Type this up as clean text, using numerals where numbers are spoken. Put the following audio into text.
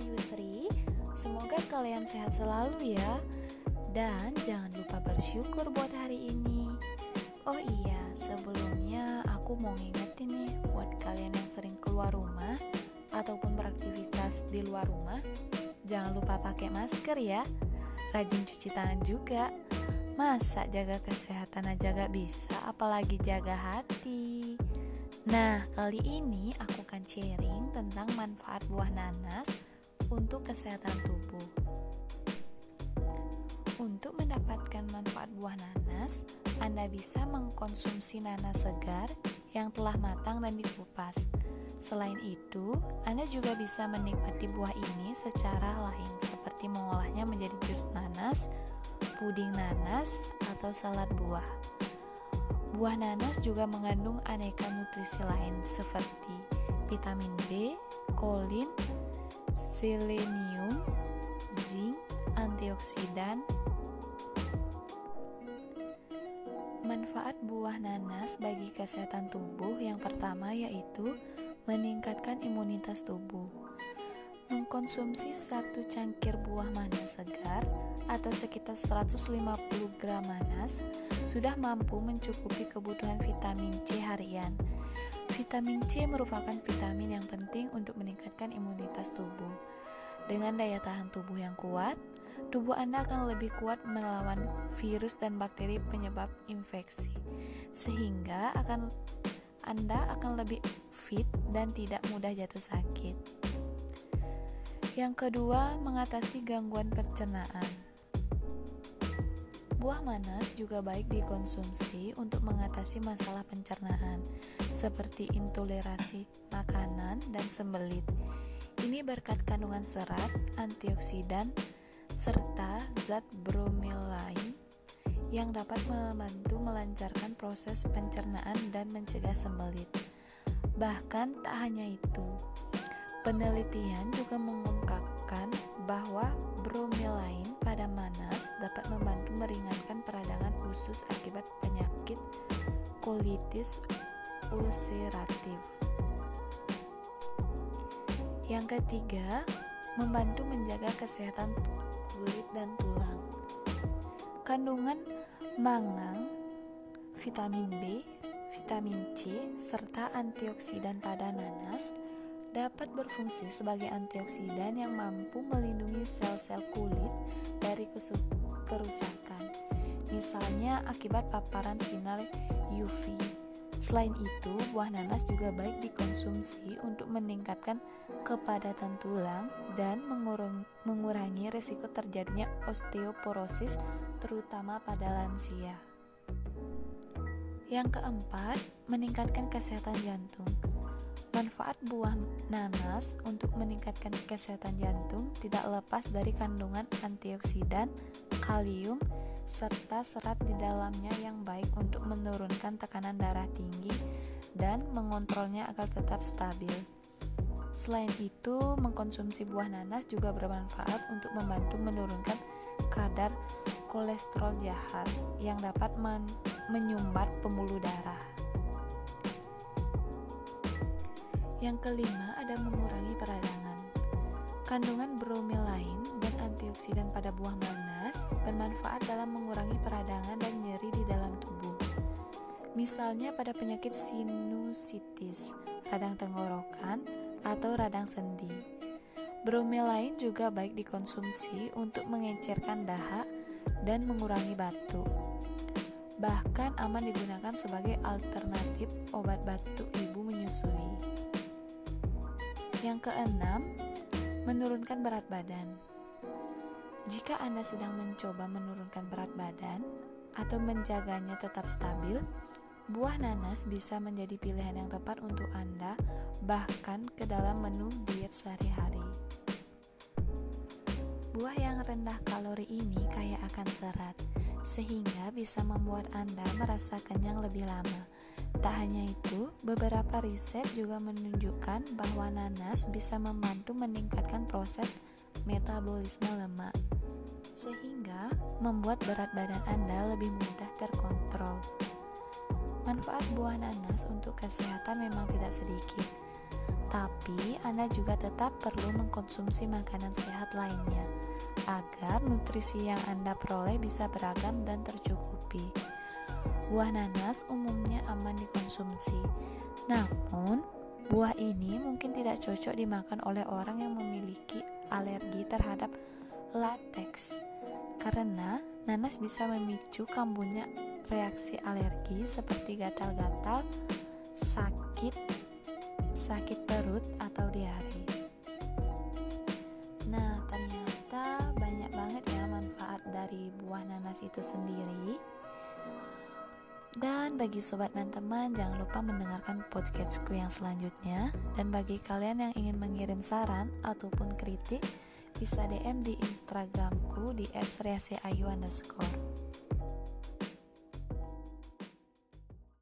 Yusri. Semoga kalian sehat selalu ya. Dan jangan lupa bersyukur buat hari ini. Oh iya, sebelumnya aku mau ngingetin nih buat kalian yang sering keluar rumah ataupun beraktivitas di luar rumah, jangan lupa pakai masker ya. Rajin cuci tangan juga. Masa jaga kesehatan aja gak bisa, apalagi jaga hati. Nah, kali ini aku akan sharing tentang manfaat buah nanas untuk kesehatan tubuh. Untuk mendapatkan manfaat buah nanas, Anda bisa mengkonsumsi nanas segar yang telah matang dan dikupas. Selain itu, Anda juga bisa menikmati buah ini secara lain, seperti mengolahnya menjadi jus nanas, puding nanas, atau salad buah. Buah nanas juga mengandung aneka nutrisi lain seperti vitamin B, kolin, selenium, zinc, antioksidan. Manfaat buah nanas bagi kesehatan tubuh yang pertama yaitu meningkatkan imunitas tubuh. Mengkonsumsi 1 cangkir buah nanas segar atau sekitar 150 gram nanas sudah mampu mencukupi kebutuhan vitamin C harian. Vitamin C merupakan vitamin yang penting untuk meningkatkan imunitas tubuh. Dengan daya tahan tubuh yang kuat, tubuh Anda akan lebih kuat melawan virus dan bakteri penyebab infeksi, sehingga Anda akan lebih fit dan tidak mudah jatuh sakit. Yang kedua, mengatasi gangguan pencernaan. Buah nanas juga baik dikonsumsi untuk mengatasi masalah pencernaan, seperti intoleransi makanan dan sembelit. Ini berkat kandungan serat, antioksidan, serta zat bromelain yang dapat membantu melancarkan proses pencernaan dan mencegah sembelit. Bahkan tak hanya itu, penelitian juga mengungkapkan bahwa bromelain pada nanas dapat membantu meringankan peradangan usus akibat penyakit kolitis ulseratif. Yang ketiga, membantu menjaga kesehatan kulit dan tulang. Kandungan mangan, vitamin B, vitamin C, serta antioksidan pada nanas dapat berfungsi sebagai antioksidan yang mampu melindungi sel-sel kulit dari kerusakan, misalnya akibat paparan sinar UV. Selain itu, buah nanas juga baik dikonsumsi untuk meningkatkan kepadatan tulang dan mengurangi risiko terjadinya osteoporosis, terutama pada lansia. Yang keempat, meningkatkan kesehatan jantung. Manfaat buah nanas untuk meningkatkan kesehatan jantung tidak lepas dari kandungan antioksidan, kalium, serta serat di dalamnya yang baik untuk menurunkan tekanan darah tinggi dan mengontrolnya agar tetap stabil. Selain itu, mengkonsumsi buah nanas juga bermanfaat untuk membantu menurunkan kadar kolesterol jahat yang dapat menyumbat pembuluh darah. Yang kelima, ada mengurangi peradangan. Kandungan bromelain dan antioksidan pada buah nanas bermanfaat dalam mengurangi peradangan dan nyeri di dalam tubuh. Misalnya pada penyakit sinusitis, radang tenggorokan, atau radang sendi. Bromelain juga baik dikonsumsi untuk mengencerkan dahak dan mengurangi batuk. Bahkan aman digunakan sebagai alternatif obat batuk ibu menyusui. Yang keenam, menurunkan berat badan. Jika Anda sedang mencoba menurunkan berat badan atau menjaganya tetap stabil, buah nanas bisa menjadi pilihan yang tepat untuk Anda, bahkan ke dalam menu diet sehari-hari. Buah yang rendah kalori ini kaya akan serat, sehingga bisa membuat Anda merasa kenyang lebih lama. Tak hanya itu, beberapa riset juga menunjukkan bahwa nanas bisa membantu meningkatkan proses metabolisme lemak, sehingga membuat berat badan Anda lebih mudah terkontrol. Manfaat buah nanas untuk kesehatan memang tidak sedikit. Tapi Anda juga tetap perlu mengkonsumsi makanan sehat lainnya agar nutrisi yang Anda peroleh bisa beragam dan tercukupi. Buah nanas umumnya aman dikonsumsi, namun buah ini mungkin tidak cocok dimakan oleh orang yang memiliki alergi terhadap lateks, karena nanas bisa memicu kambuhnya reaksi alergi seperti gatal-gatal, sakit perut, atau diare. Nah, ternyata banyak banget ya manfaat dari buah nanas itu sendiri. Dan bagi sobat dan teman, jangan lupa mendengarkan podcastku yang selanjutnya. Dan bagi kalian yang ingin mengirim saran ataupun kritik, bisa DM di Instagramku di @sriasih_ayu_.